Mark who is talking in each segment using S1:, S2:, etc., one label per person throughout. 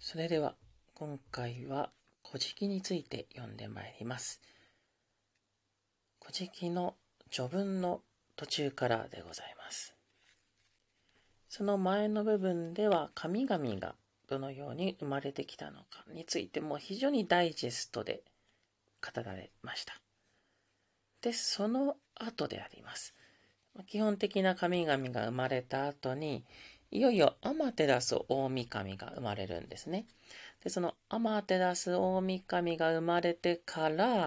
S1: それでは今回は古事記について読んでまいります。古事記の序文の途中からでございます。その前の部分では神々がどのように生まれてきたのかについても非常にダイジェストで語られました。で、その後であります。基本的な神々が生まれた後に、いよいよアマテラス大神が生まれるんですね。で、そのアマテラス大神が生まれてから、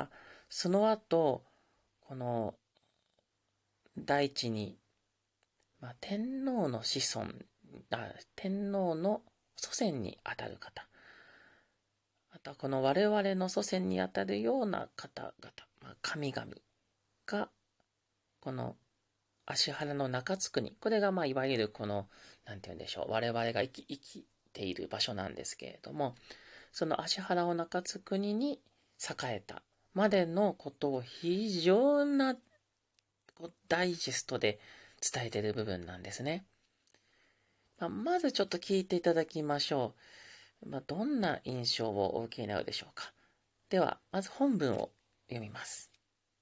S1: その後、この大地に、天皇の子孫、天皇の祖先にあたる方、またこの我々の祖先にあたるような方々、神々が、この芦原の中津国、これがいわゆるこの、なんて言うんでしょう、我々が生きている場所なんですけれども、その芦原を中津国に栄えたまでのことを非常なダイジェストで伝えている部分なんですね。まずちょっと聞いていただきましょう。どんな印象をお受けになるでしょうか。では、まず本文を読みます。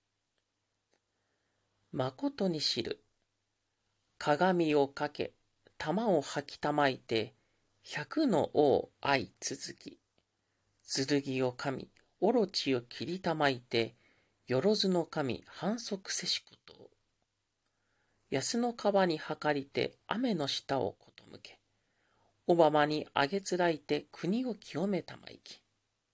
S1: 誠に知る。鏡をかけ、玉を吐きたまいて、百の王愛続き。剣を噛み、オロチを切りたまいて、よろずの神反則せしことを。安の川にはかりて雨の下をことむけ。おばまにあげつらいて国を清めたまいき。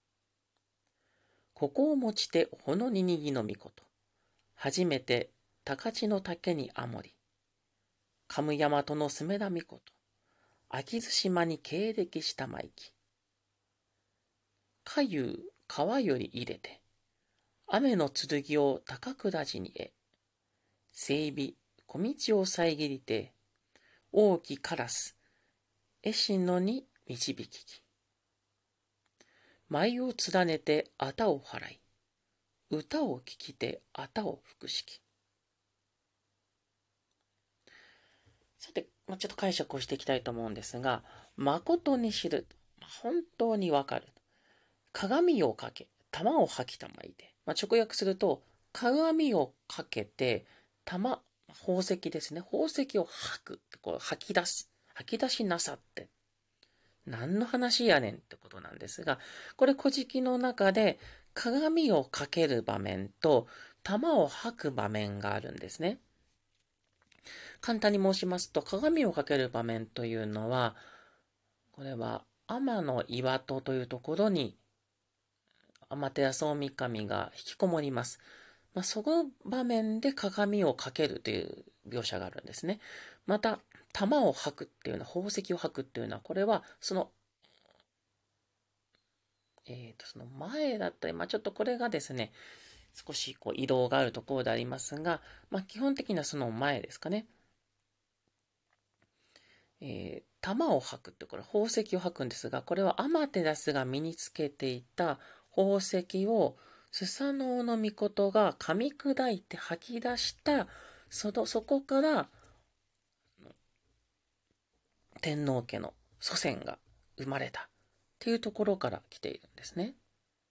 S1: ここを持ちてほのににぎのみこと。初めて高知の竹にあもり。カムヤマトのすめだみこと。秋津島に経歴したまいき。かゆう川より入れて。雨の剣を高倉寺にへ。整備、小道を遮りて。大きカラス。絵心のに導き。舞を連ねてあたを払い。歌を聞きてあたを服し。さて、ちょっと解釈をしていきたいと思うんですが、誠に知る。本当にわかる。鏡をかけ、玉を吐きたまいて。直訳すると、鏡をかけて、宝石ですね。宝石を吐く。吐き出す。吐き出しなさって。何の話やねんってことなんですが、これ古事記の中で鏡をかける場面と玉を吐く場面があるんですね。簡単に申しますと、鏡をかける場面というのは、これは天の岩戸というところに天照大神が引きこもります。その場面で鏡をかけるという描写があるんですね。また、玉を吐くっていうのは、宝石を吐くっていうのは、これはそのその前だったり、ちょっとこれがですね、少し移動があるところでありますが、基本的にはその前ですかね。玉を吐くってこれ宝石を吐くんですが、これはアマテラスが身につけていた宝石をスサノオノミコトが噛み砕いて吐き出したそこから天皇家の祖先が生まれたっていうところから来ているんですね。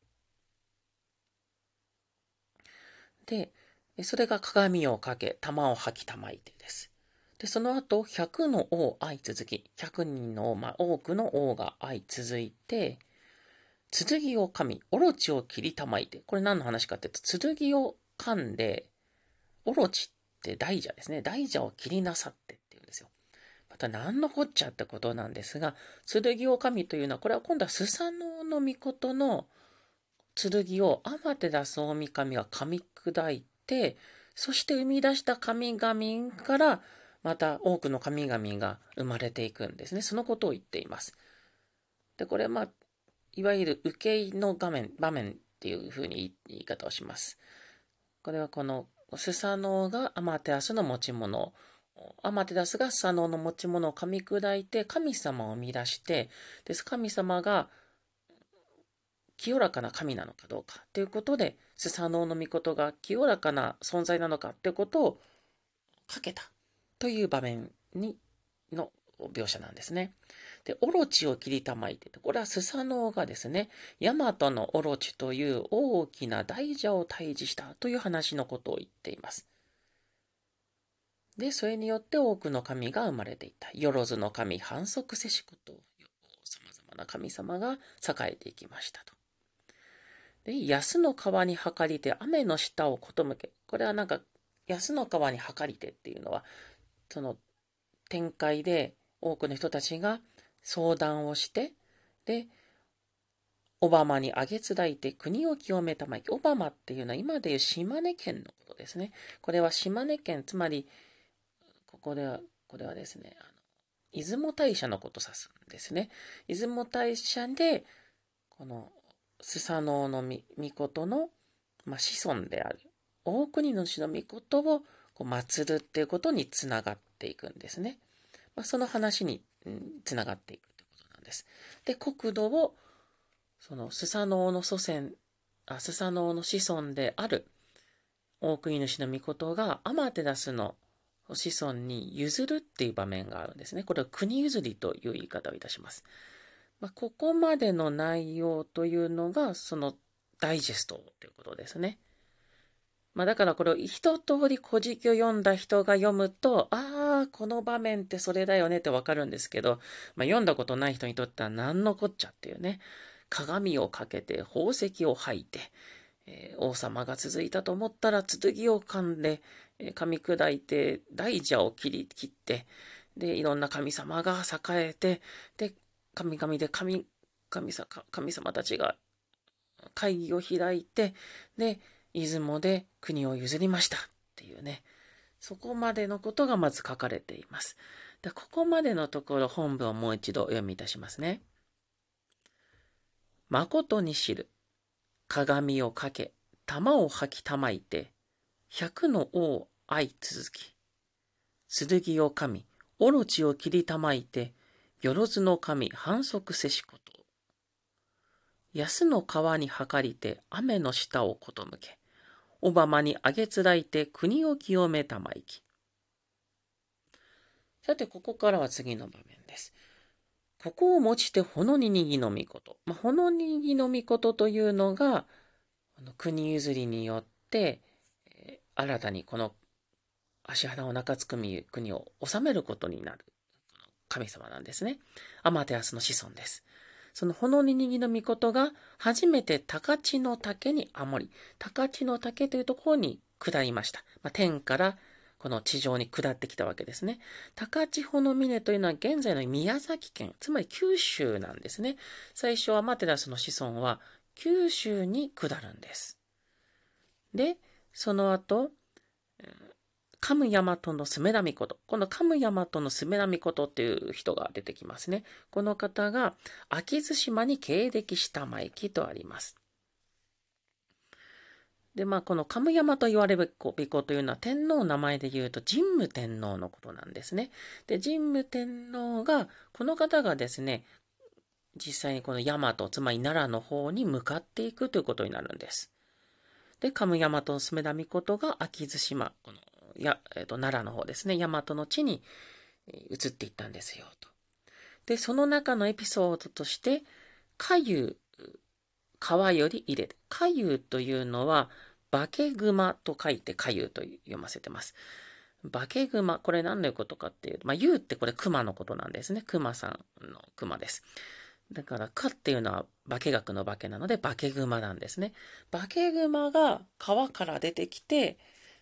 S1: で、それが鏡をかけ、玉を吐きたまいてです。で、その後、100の王愛続き、100人の王、多くの王が愛続いて、剣を噛み、オロチを切りたまいて、これ何の話かっていうと、剣を噛んで、オロチって大蛇ですね。大蛇を切りなさってっていうんですよ。また何のこっちゃってことなんですが、剣を噛みというのは、これは今度はスサノオノミコトの剣をアマテラスオオミカミが噛み砕いて、そして生み出した神々から、また多くの神々が生まれていくんですね。そのことを言っています。で、これいわゆる受け入の場面っていうふうに言い方をします。これはこのスサノオがアマテラスの持ち物、アマテラスがスサノオの持ち物を噛み砕いて神様を生み出して、神様が清らかな神なのかどうかということで、スサノオノミコトが清らかな存在なのかということをかけたという場面の描写なんですね。で、オロチを切りたまいて、これはスサノオがですね、ヤマトのオロチという大きな大蛇を退治したという話のことを言っています。で、それによって多くの神が生まれていた。よろずの神、反則せしこと、様々な神様が栄えていきましたと。で、安の川に計りて雨の下をことむけ。これはなんか、安の川に計りてっていうのは、その展開で多くの人たちが相談をして、で、オバマにあげつらいて国を清めたまえ。オバマっていうのは今でいう島根県のことですね。これは島根県、つまり、これはですね、出雲大社のことを指すんですね。出雲大社で、この、スサノオノミコトの、子孫である、大国主のミコトを祀るっていうことにつながっていくんですね。その話につながっていくということなんです。で、国土を、そのスサノオの子孫である大国主のミコトがアマテラスの子孫に譲るっていう場面があるんですね。これは国譲りという言い方をいたします。ここまでの内容というのがそのダイジェストということですね。だからこれを一通り古事記を読んだ人が読むと、この場面ってそれだよねってわかるんですけど、読んだことない人にとっては何のこっちゃっていうね。鏡をかけて宝石を吐いて、王様が続いたと思ったら剣を噛んで、噛み砕いて大蛇を切って、で、いろんな神様が栄えて、で、神々で神様たちが会議を開いて、で、出雲で国を譲りましたっていうね、そこまでのことがまず書かれています。で、ここまでのところ本文をもう一度お読みいたしますね。誠に知る。鏡をかけ、玉を吐きたまいて、百の王愛続き。剣を噛み、オロチを切りたまいて、よろずの神反則せしこと。安の川に計りて雨の下をことむけ。オバマにあげつらいて国を清めたまいき。さて、ここからは次の場面です。ここをもちてほのににぎのみこと。ほのにぎのみことというのが、国譲りによって、新たにこの芦原を中津国を治めることになる神様なんですね。アマテラスの子孫です。そのほのににぎのみことが初めて高知の竹に守り、高知の竹というところに下りました。天からこの地上に下ってきたわけですね。高千穂の峰というのは現在の宮崎県、つまり九州なんですね。最初アマテラスの子孫は九州に下るんです。で、その後、カムヤマトのスメラミコト。このカムヤマトのスメラミコトっていう人が出てきますね。この方が秋津島に経歴した舞妓とあります。で、このカムヤマと言われる巫女というのは天皇の名前で言うと神武天皇のことなんですね。で、神武天皇が、この方がですね、実際にこの大和、つまり奈良の方に向かっていくということになるんです。で、カムヤマとスメラミコトが秋津島、この奈良の方ですね、大和の地に移っていったんですよと。で、その中のエピソードとして、かゆ、川より入れて、かゆというのは、化け熊と書いてかゆと読ませてます。化け熊、これ何のことかっていうと、ゆうってこれ熊のことなんですね。熊さんの熊です。だから、かっていうのは化学の化けなので、化け熊なんですね。化け熊が川から出てきて、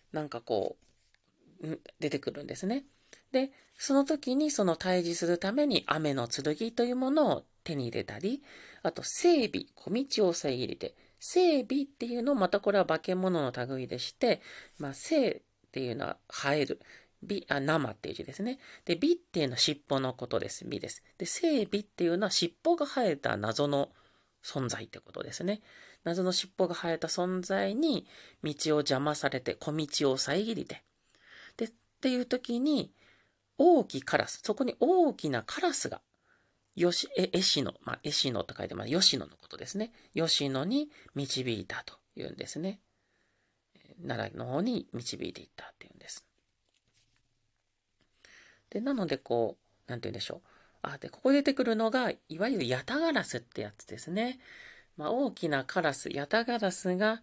S1: 出てくるんですね。で、その時にその対峙するために雨の剣というものを手に入れたり、あと整備、小道を遮りて、整備っていうのもまたこれは化け物の類でして、生っていうのは生える。生っていう字ですね。で、美っていうのは尻尾のことです。美です。で、整備っていうのは尻尾が生えた謎の存在ってことですね。謎の尻尾が生えた存在に道を邪魔されて、小道を遮りて、っていう時に、大きカラス、そこに大きなカラスが、絵師の、絵師のと書いて吉野のことですね。吉野に導いたというんですね。奈良の方に導いていったっていうんです。で、なのでなんて言うんでしょう。で、ここ出てくるのが、いわゆるヤタガラスってやつですね。大きなカラス、ヤタガラスが、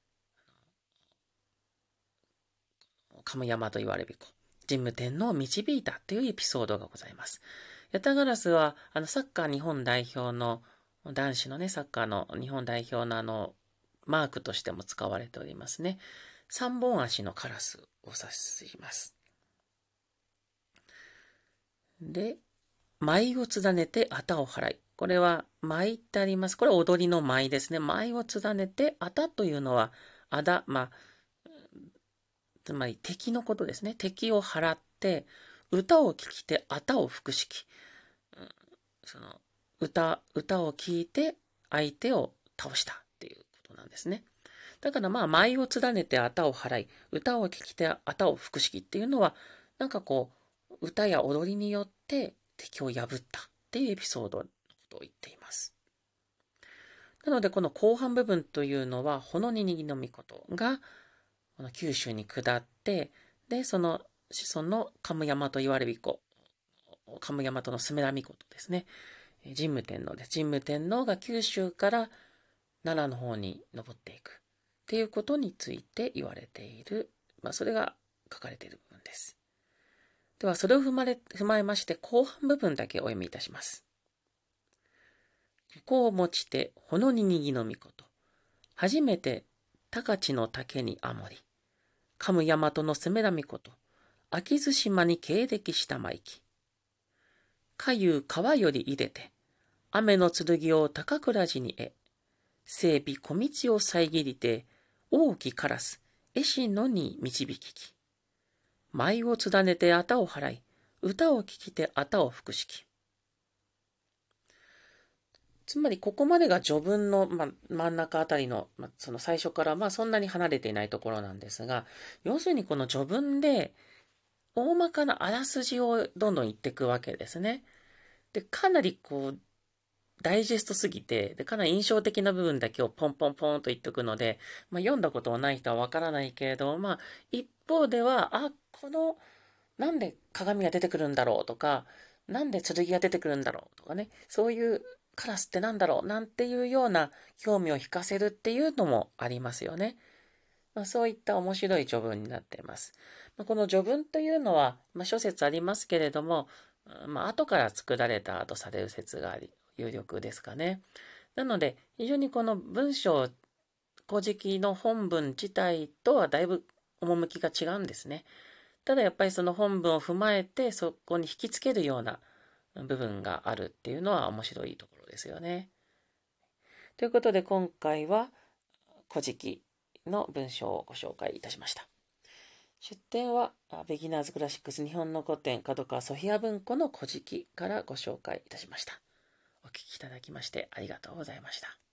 S1: カムヤマと言われびこ、神武天皇を導いたというエピソードがございます。ヤタガラスは、サッカー日本代表の、男子のね、サッカーの日本代表のマークとしても使われておりますね。三本足のカラスを指します。で、舞を連ねて旗を払い。これは舞ってあります。これは踊りの舞ですね。舞を連ねて、旗というのは、つまり敵のことですね。敵を払って、歌を聴きて旗を吹く式。その歌を聴いて相手を倒したっていうことなんですね。だから舞を連ねて旗を払い、歌を聴きて旗を吹く式っていうのは、なんかこう、歌や踊りによって敵を破ったっていうエピソードのことを言っています。なので、この後半部分というのは、ほのににぎのみことが、この九州に下って、で、その子孫のカムヤマと言われびこ、カムヤマとのスメラミコトですね。神武天皇です。神武天皇が九州から奈良の方に登っていくっていうことについて言われている、それが書かれている部分です。では、それを踏まえまして、後半部分だけお読みいたします。こう持ちて、ほのににぎのみこと。初めて、高知の竹にあもり。カムヤマトのせめらみこと。秋津島に経歴したまいき。かゆう川より入れて、雨の剣を高倉寺に得。整備小道を遮りて、大きカラス、絵師のに導きき。舞を連ねて旗を払い、歌を聴きて旗を吹く式。つまり、ここまでが序文の、真ん中あたりの、その最初からそんなに離れていないところなんですが、要するにこの序文で、大まかなあらすじをどんどん言っていくわけですね。で、かなりダイジェストすぎて、で、かなり印象的な部分だけをポンポンポンと言っておくので、読んだことはない人はわからないけれど、一方では、なんで鏡が出てくるんだろうとか、なんで剣が出てくるんだろうとかね、そういうカラスってなんだろうなんていうような興味を引かせるっていうのもありますよね。そういった面白い序文になっています。この序文というのは、諸説ありますけれども、後から作られたとされる説があり、有力ですかね。なので、非常にこの文章、古事記の本文自体とはだいぶ趣が違うんですね。ただやっぱりその本文を踏まえて、そこに引きつけるような部分があるっていうのは面白いところですよね。ということで今回は古事記の文章をご紹介いたしました。出典は、ビギナーズクラシックス日本の古典、角川ソフィア文庫の古事記からご紹介いたしました。お聞きいただきましてありがとうございました。